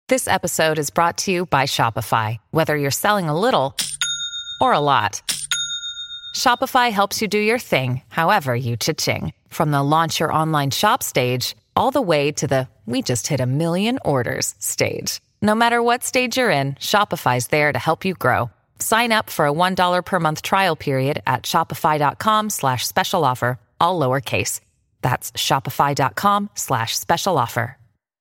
This episode is brought to you by Shopify. Whether you're selling a little or a lot, Shopify helps you do your thing, however you cha-ching. From the launch your online shop stage, all the way to the we just hit 1 million orders stage. No matter what stage you're in, Shopify's there to help you grow. Sign up for a $1 per month trial period at shopify.com/special offer, all lowercase. That's shopify.com/special offer.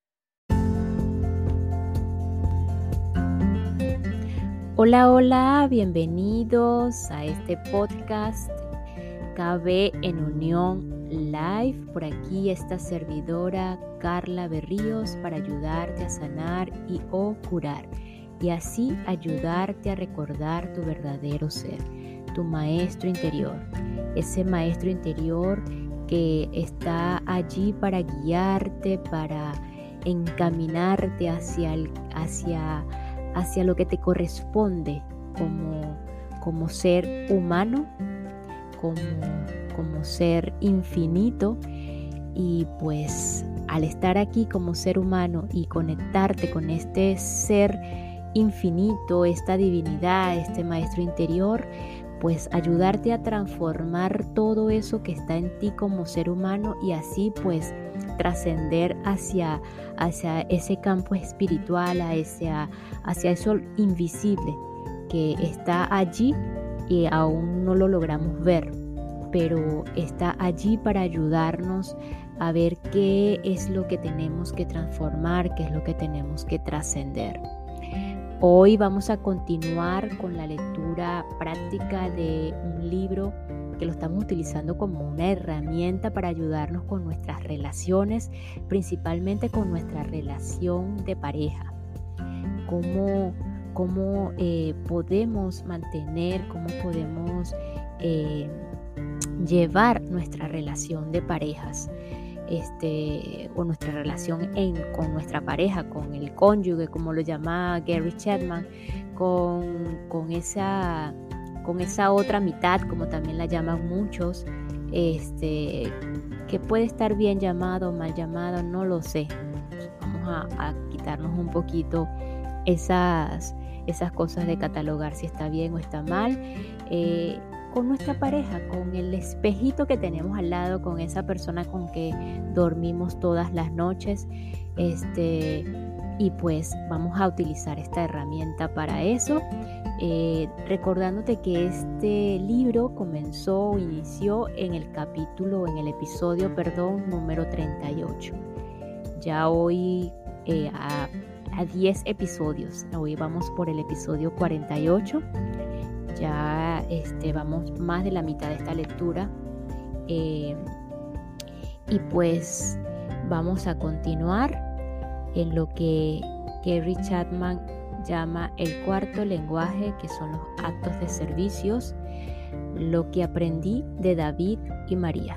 Hola, hola, bienvenidos a este podcast KB en Unión Live. Por aquí esta servidora Carla Berríos para ayudarte a sanar y o curar y así ayudarte a recordar tu verdadero ser, tu maestro interior, ese maestro interior que está allí para guiarte, para encaminarte hacia lo que te corresponde como ser humano, como ser infinito. Y pues al estar aquí como ser humano y conectarte con este ser infinito, esta divinidad, este maestro interior, pues ayudarte a transformar todo eso que está en ti como ser humano y así pues trascender hacia ese campo espiritual, hacia eso invisible que está allí y aún no lo logramos ver, pero está allí para ayudarnos a ver qué es lo que tenemos que transformar, qué es lo que tenemos que trascender. Hoy vamos a continuar con la lectura práctica de un libro que lo estamos utilizando como una herramienta para ayudarnos con nuestras relaciones, principalmente con nuestra relación de pareja. Cómo podemos mantener, cómo podemos llevar nuestra relación de parejas. O nuestra relación con nuestra pareja, con el cónyuge, como lo llama Gary Chapman, con esa otra mitad, como también la llaman muchos, que puede estar bien llamado o mal llamado, no lo sé. Vamos a quitarnos un poquito esas cosas de catalogar si está bien o está mal. Con nuestra pareja, con el espejito que tenemos al lado, con esa persona con que dormimos todas las noches, y pues vamos a utilizar esta herramienta para eso, recordándote que este libro inició en el episodio número 38. Ya hoy a 10 episodios, hoy vamos por el episodio 48. Ya vamos más de la mitad de esta lectura y pues vamos a continuar en lo que Gary Chapman llama el cuarto lenguaje, que son los actos de servicios, lo que aprendí de David y María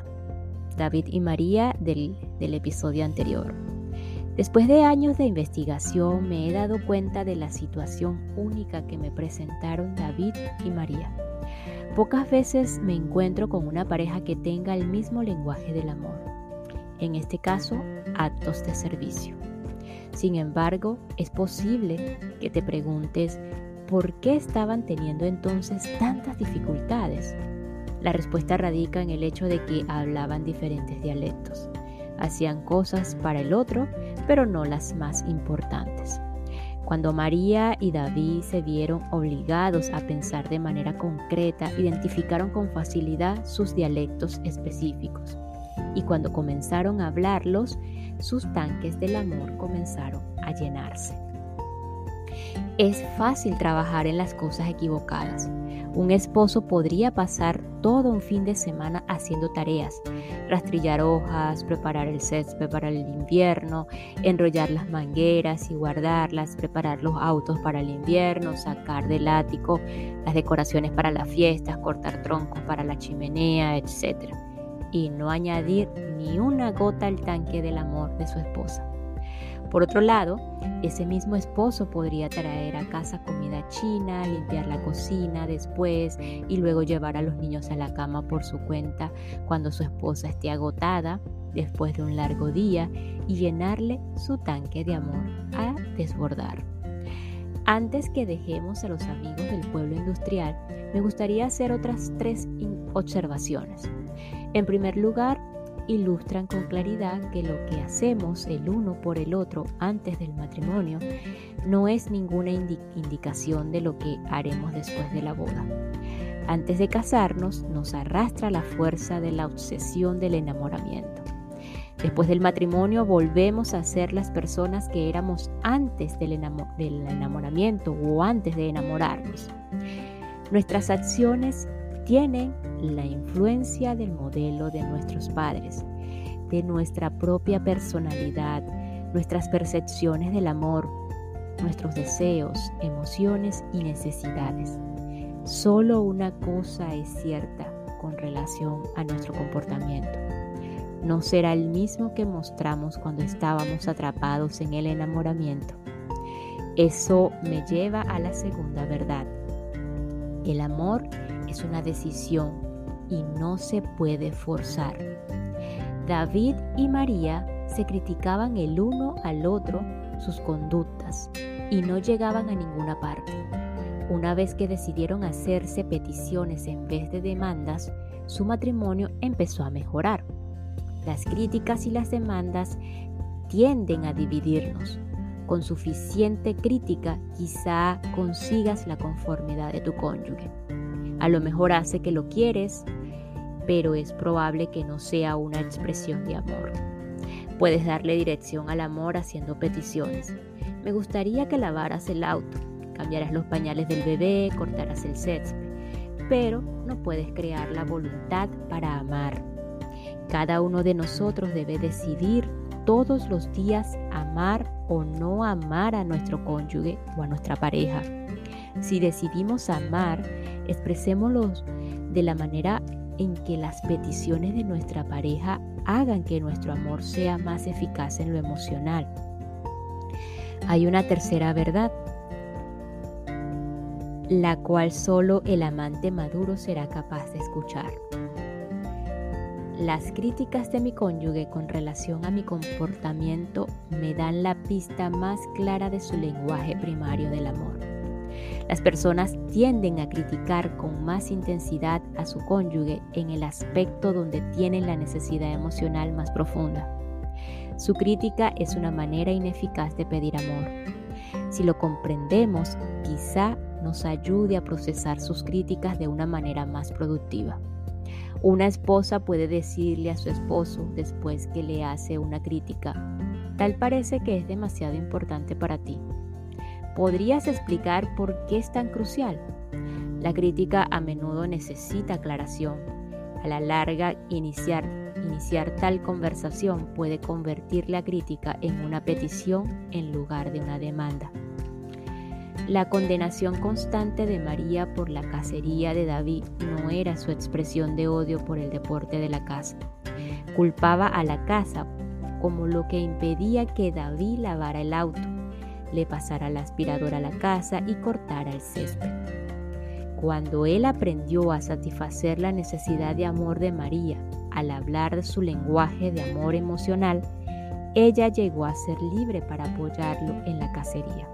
del episodio anterior. Después de años de investigación me he dado cuenta de la situación única que me presentaron David y María. Pocas veces me encuentro con una pareja que tenga el mismo lenguaje del amor, en este caso, actos de servicio. Sin embargo, es posible que te preguntes ¿por qué estaban teniendo entonces tantas dificultades? La respuesta radica en el hecho de que hablaban diferentes dialectos. Hacían cosas para el otro, pero no las más importantes. Cuando María y David se vieron obligados a pensar de manera concreta, identificaron con facilidad sus dialectos específicos. Y cuando comenzaron a hablarlos, sus tanques del amor comenzaron a llenarse. Es fácil trabajar en las cosas equivocadas. Un esposo podría pasar todo un fin de semana haciendo tareas, rastrillar hojas, preparar el césped para el invierno, enrollar las mangueras y guardarlas, preparar los autos para el invierno, sacar del ático las decoraciones para las fiestas, cortar troncos para la chimenea, etc. Y no añadir ni una gota al tanque del amor de su esposa. Por otro lado, ese mismo esposo podría traer a casa comida china, limpiar la cocina después y luego llevar a los niños a la cama por su cuenta cuando su esposa esté agotada después de un largo día y llenarle su tanque de amor a desbordar. Antes que dejemos a los amigos del pueblo industrial, me gustaría hacer otras 3 observaciones. En primer lugar, ilustran con claridad que lo que hacemos el uno por el otro antes del matrimonio no es ninguna indicación de lo que haremos después de la boda. Antes de casarnos, nos arrastra la fuerza de la obsesión del enamoramiento. Después del matrimonio volvemos a ser las personas que éramos antes del enamoramiento o antes de enamorarnos. Nuestras acciones tienen la influencia del modelo de nuestros padres, de nuestra propia personalidad, nuestras percepciones del amor, nuestros deseos, emociones y necesidades. Solo una cosa es cierta con relación a nuestro comportamiento. No será el mismo que mostramos cuando estábamos atrapados en el enamoramiento. Eso me lleva a la segunda verdad. El amor es una decisión y no se puede forzar. David y María se criticaban el uno al otro sus conductas y no llegaban a ninguna parte. Una vez que decidieron hacerse peticiones en vez de demandas, su matrimonio empezó a mejorar. Las críticas y las demandas tienden a dividirnos. Con suficiente crítica, quizá consigas la conformidad de tu cónyuge. A lo mejor hace que lo quieres, pero es probable que no sea una expresión de amor. Puedes darle dirección al amor haciendo peticiones. Me gustaría que lavaras el auto, cambiaras los pañales del bebé, cortaras el césped, pero no puedes crear la voluntad para amar. Cada uno de nosotros debe decidir todos los días amar o no amar a nuestro cónyuge o a nuestra pareja. Si decidimos amar, expresémoslo de la manera en que las peticiones de nuestra pareja hagan que nuestro amor sea más eficaz en lo emocional. Hay una tercera verdad, la cual solo el amante maduro será capaz de escuchar. Las críticas de mi cónyuge con relación a mi comportamiento me dan la pista más clara de su lenguaje primario del amor. Las personas tienden a criticar con más intensidad a su cónyuge en el aspecto donde tienen la necesidad emocional más profunda. Su crítica es una manera ineficaz de pedir amor. Si lo comprendemos, quizá nos ayude a procesar sus críticas de una manera más productiva. Una esposa puede decirle a su esposo después que le hace una crítica: tal parece que es demasiado importante para ti. ¿Podrías explicar por qué es tan crucial? La crítica a menudo necesita aclaración. A la larga, iniciar tal conversación puede convertir la crítica en una petición en lugar de una demanda. La condenación constante de María por la cacería de David no era su expresión de odio por el deporte de la caza. Culpaba a la caza como lo que impedía que David lavara el auto, le pasara la aspiradora a la casa y cortara el césped. Cuando él aprendió a satisfacer la necesidad de amor de María al hablar de su lenguaje de amor emocional, ella llegó a ser libre para apoyarlo en la cacería.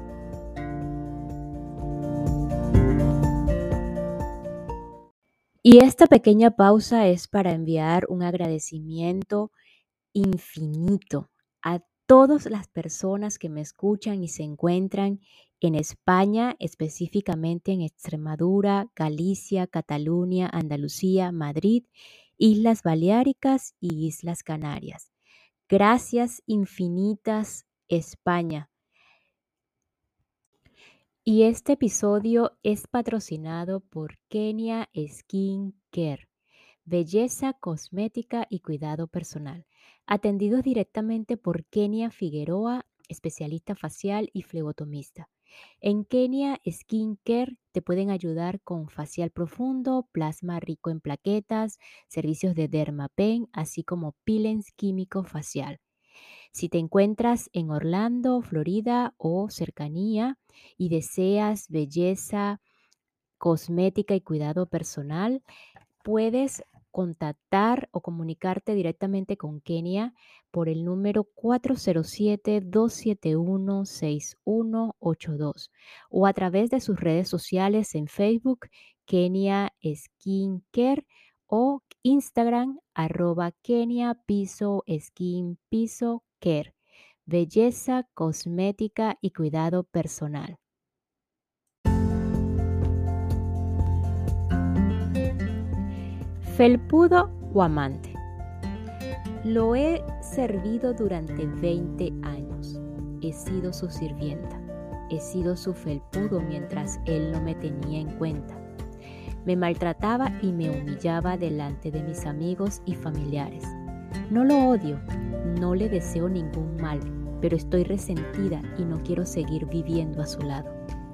Y esta pequeña pausa es para enviar un agradecimiento infinito a todas las personas que me escuchan y se encuentran en España, específicamente en Extremadura, Galicia, Cataluña, Andalucía, Madrid, Islas Baleáricas y Islas Canarias. Gracias infinitas, España. Y este episodio es patrocinado por Kenia Skin Care, belleza, cosmética y cuidado personal. Atendidos directamente por Kenia Figueroa, especialista facial y flebotomista. En Kenia Skin Care te pueden ayudar con facial profundo, plasma rico en plaquetas, servicios de dermapen, así como peelings químico facial. Si te encuentras en Orlando, Florida o cercanía y deseas belleza, cosmética y cuidado personal, puedes contactar o comunicarte directamente con Kenia por el número 407-271-6182 o a través de sus redes sociales en Facebook, Kenia Skincare o Instagram, Kenia Piso Skin Piso Care. Belleza, cosmética y cuidado personal. Felpudo o amante. Lo he servido durante 20 años. He sido su sirvienta. He sido su felpudo mientras él no me tenía en cuenta. Me maltrataba y me humillaba delante de mis amigos y familiares. No lo odio, no le deseo ningún mal, pero estoy resentida y no quiero seguir viviendo a su lado.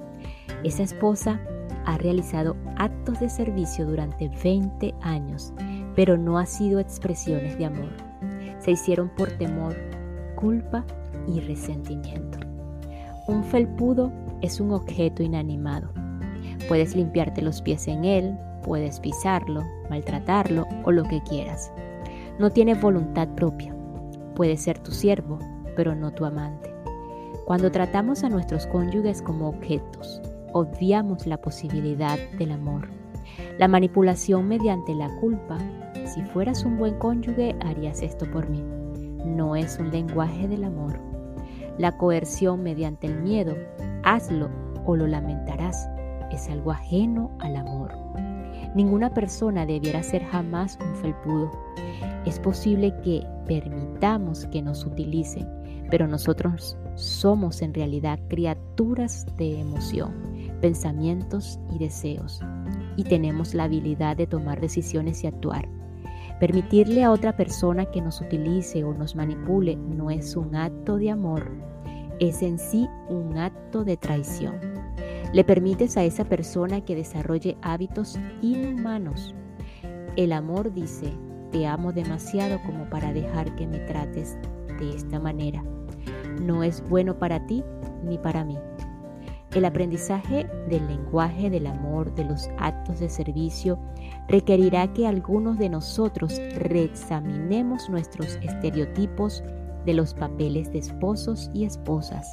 Esa esposa ha realizado actos de servicio durante 20 años, pero no ha sido expresiones de amor. Se hicieron por temor, culpa y resentimiento. Un felpudo es un objeto inanimado. Puedes limpiarte los pies en él, puedes pisarlo, maltratarlo o lo que quieras. No tiene voluntad propia. Puede ser tu siervo, pero no tu amante. Cuando tratamos a nuestros cónyuges como objetos, obviamos la posibilidad del amor. La manipulación mediante la culpa. Si fueras un buen cónyuge, harías esto por mí. No es un lenguaje del amor. La coerción mediante el miedo. Hazlo o lo lamentarás. Es algo ajeno al amor. Ninguna persona debiera ser jamás un felpudo. Es posible que permitamos que nos utilicen, pero nosotros somos en realidad criaturas de emoción, pensamientos y deseos, y tenemos la habilidad de tomar decisiones y actuar. Permitirle a otra persona que nos utilice o nos manipule no es un acto de amor, es en sí un acto de traición. Le permites a esa persona que desarrolle hábitos inhumanos. El amor dice: te amo demasiado como para dejar que me trates de esta manera. No es bueno para ti ni para mí. El aprendizaje del lenguaje del amor, de los actos de servicio, requerirá que algunos de nosotros reexaminemos nuestros estereotipos de los papeles de esposos y esposas.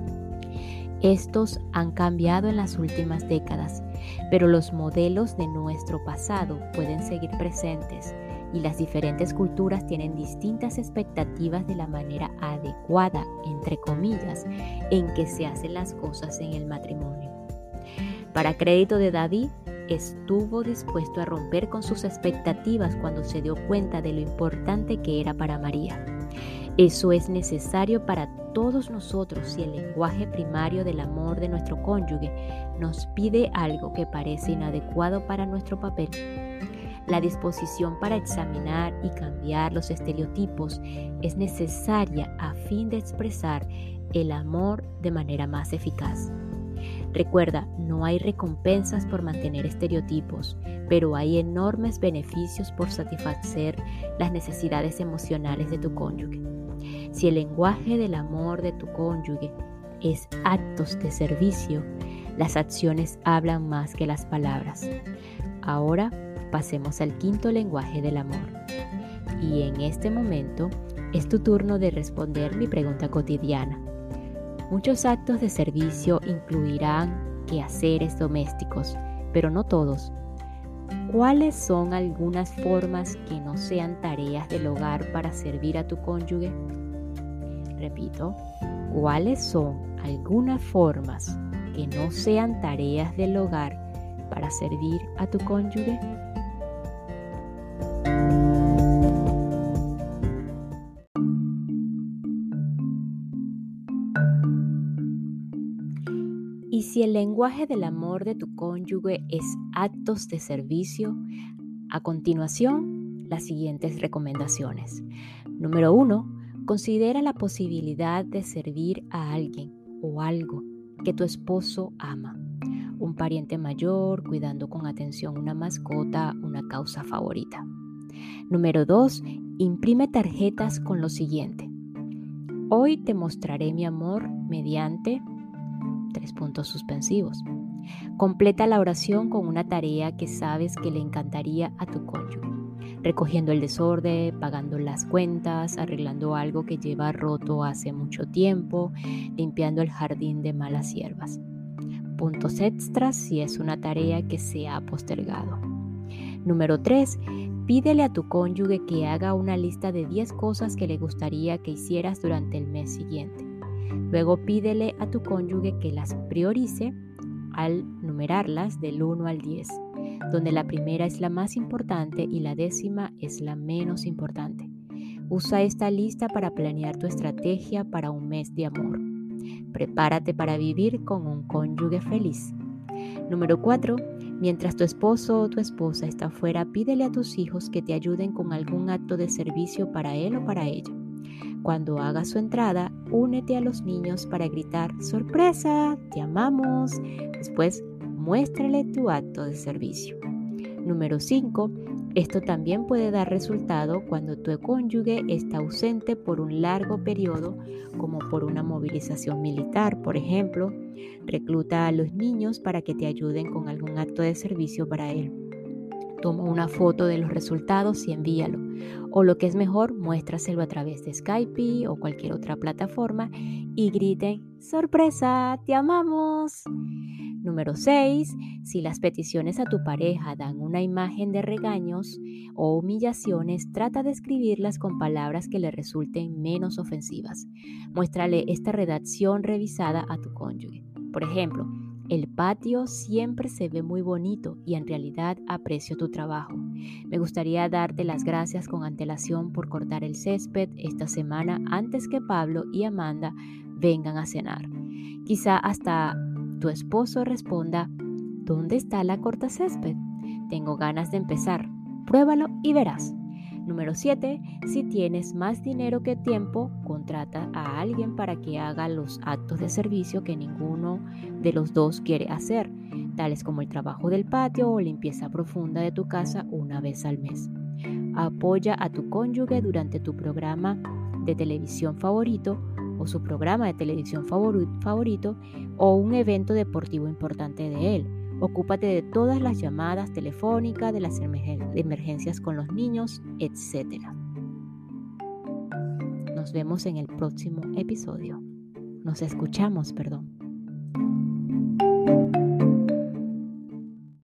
Estos han cambiado en las últimas décadas, pero los modelos de nuestro pasado pueden seguir presentes y las diferentes culturas tienen distintas expectativas de la manera adecuada, entre comillas, en que se hacen las cosas en el matrimonio. Para crédito de David, estuvo dispuesto a romper con sus expectativas cuando se dio cuenta de lo importante que era para María. Eso es necesario para todos nosotros si el lenguaje primario del amor de nuestro cónyuge nos pide algo que parece inadecuado para nuestro papel. La disposición para examinar y cambiar los estereotipos es necesaria a fin de expresar el amor de manera más eficaz. Recuerda, no hay recompensas por mantener estereotipos, pero hay enormes beneficios por satisfacer las necesidades emocionales de tu cónyuge. Si el lenguaje del amor de tu cónyuge es actos de servicio, las acciones hablan más que las palabras. Ahora pasemos al quinto lenguaje del amor. Y en este momento es tu turno de responder mi pregunta cotidiana. Muchos actos de servicio incluirán quehaceres domésticos, pero no todos. ¿Cuáles son algunas formas que no sean tareas del hogar para servir a tu cónyuge? Repito, ¿cuáles son algunas formas que no sean tareas del hogar para servir a tu cónyuge? Y si el lenguaje del amor de tu cónyuge es actos de servicio, a continuación, las siguientes recomendaciones. Número 1. Considera la posibilidad de servir a alguien o algo que tu esposo ama. Un pariente mayor, cuidando con atención una mascota, una causa favorita. Número 2. Imprime tarjetas con lo siguiente. Hoy te mostraré mi amor mediante... 3 puntos suspensivos. Completa la oración con una tarea que sabes que le encantaría a tu cónyuge. recogiendo el desorden, pagando las cuentas, arreglando algo que lleva roto hace mucho tiempo, limpiando el jardín de malas hierbas. Puntos extras si es una tarea que se ha postergado. Número 3. Pídele a tu cónyuge que haga una lista de 10 cosas que le gustaría que hicieras durante el mes siguiente. Luego pídele a tu cónyuge que las priorice al numerarlas del 1 al 10, donde la primera es la más importante y la 10ª es la menos importante. Usa esta lista para planear tu estrategia para un mes de amor. Prepárate para vivir con un cónyuge feliz. Número 4. Mientras tu esposo o tu esposa está afuera, pídele a tus hijos que te ayuden con algún acto de servicio para él o para ella. Cuando haga su entrada, únete a los niños para gritar ¡sorpresa! ¡Te amamos! Después, muéstrale tu acto de servicio. Número 5. Esto también puede dar resultado cuando tu cónyuge está ausente por un largo periodo, como por una movilización militar, por ejemplo. Recluta a los niños para que te ayuden con algún acto de servicio para él. Toma una foto de los resultados y envíalo. O lo que es mejor, muéstraselo a través de Skype o cualquier otra plataforma y griten ¡sorpresa! ¡Te amamos! Número 6. Si las peticiones a tu pareja dan una imagen de regaños o humillaciones, trata de escribirlas con palabras que le resulten menos ofensivas. Muéstrale esta redacción revisada a tu cónyuge. Por ejemplo, el patio siempre se ve muy bonito y en realidad aprecio tu trabajo. Me gustaría darte las gracias con antelación por cortar el césped esta semana antes que Pablo y Amanda vengan a cenar. Quizá hasta tu esposo responda, ¿dónde está la cortacésped? Tengo ganas de empezar. Pruébalo y verás. Número 7. Si tienes más dinero que tiempo, contrata a alguien para que haga los actos de servicio que ninguno de los dos quiere hacer, tales como el trabajo del patio o limpieza profunda de tu casa una vez al mes. Apoya a tu cónyuge durante tu programa de televisión favorito o su programa de televisión favorito o un evento deportivo importante de él. Ocúpate de todas las llamadas telefónicas, de las emergencias con los niños, etc. Nos vemos en el próximo episodio. Nos escuchamos, perdón.